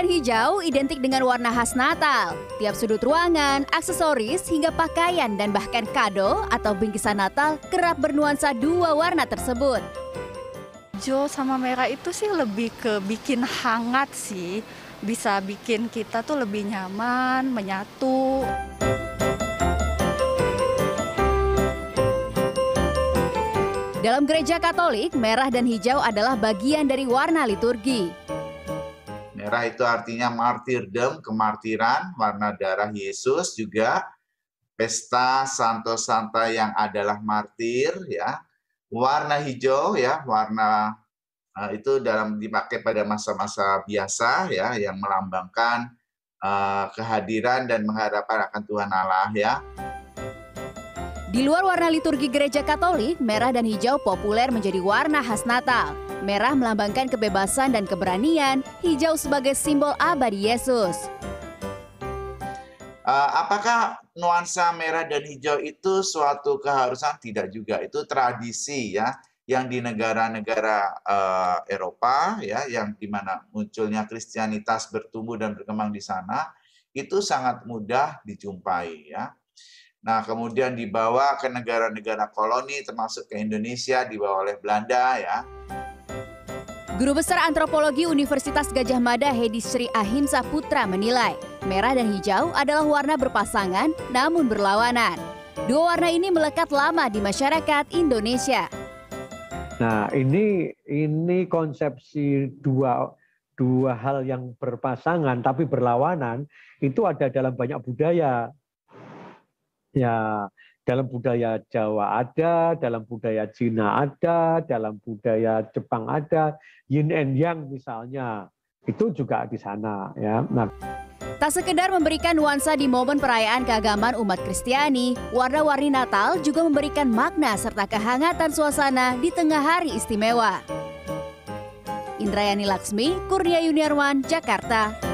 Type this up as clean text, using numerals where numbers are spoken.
hijau identik dengan warna khas Natal. Tiap sudut ruangan, aksesoris, hingga pakaian dan bahkan kado atau bingkisan Natal kerap bernuansa dua warna tersebut. Hijau sama merah itu sih lebih ke bikin hangat sih. Bisa bikin kita tuh lebih nyaman, menyatu. Dalam gereja Katolik, merah dan hijau adalah bagian dari warna liturgi. Merah itu artinya martyrdom, kemartiran, warna darah Yesus juga. Pesta Santo Santa yang adalah martir, ya. Warna hijau, ya, warna itu dipakai pada masa-masa biasa, ya, yang melambangkan kehadiran dan menghadapkan akan Tuhan Allah, ya. Di luar warna liturgi gereja Katolik, merah dan hijau populer menjadi warna khas Natal. Merah melambangkan kebebasan dan keberanian, hijau sebagai simbol abadi Yesus. Apakah nuansa merah dan hijau itu suatu keharusan? Tidak juga, itu tradisi, ya, yang di negara-negara Eropa, ya, yang dimana munculnya Kristianitas bertumbuh dan berkembang di sana, itu sangat mudah dijumpai, ya. Nah, kemudian dibawa ke negara-negara koloni, termasuk ke Indonesia, dibawa oleh Belanda, ya. Guru Besar Antropologi Universitas Gadjah Mada Hedi Sri Ahimsa Putra menilai, merah dan hijau adalah warna berpasangan namun berlawanan. Dua warna ini melekat lama di masyarakat Indonesia. Nah, ini konsepsi dua hal yang berpasangan tapi berlawanan itu ada dalam banyak budaya. Ya, dalam budaya Jawa ada, dalam budaya Cina ada, dalam budaya Jepang ada, yin and yang misalnya, itu juga di sana, ya. Nah, tak sekedar memberikan nuansa di momen perayaan keagamaan umat Kristiani, warna-warni Natal juga memberikan makna serta kehangatan suasana di tengah hari istimewa. Indrayani Laksmi, Kurnia Yuniarwan, Jakarta.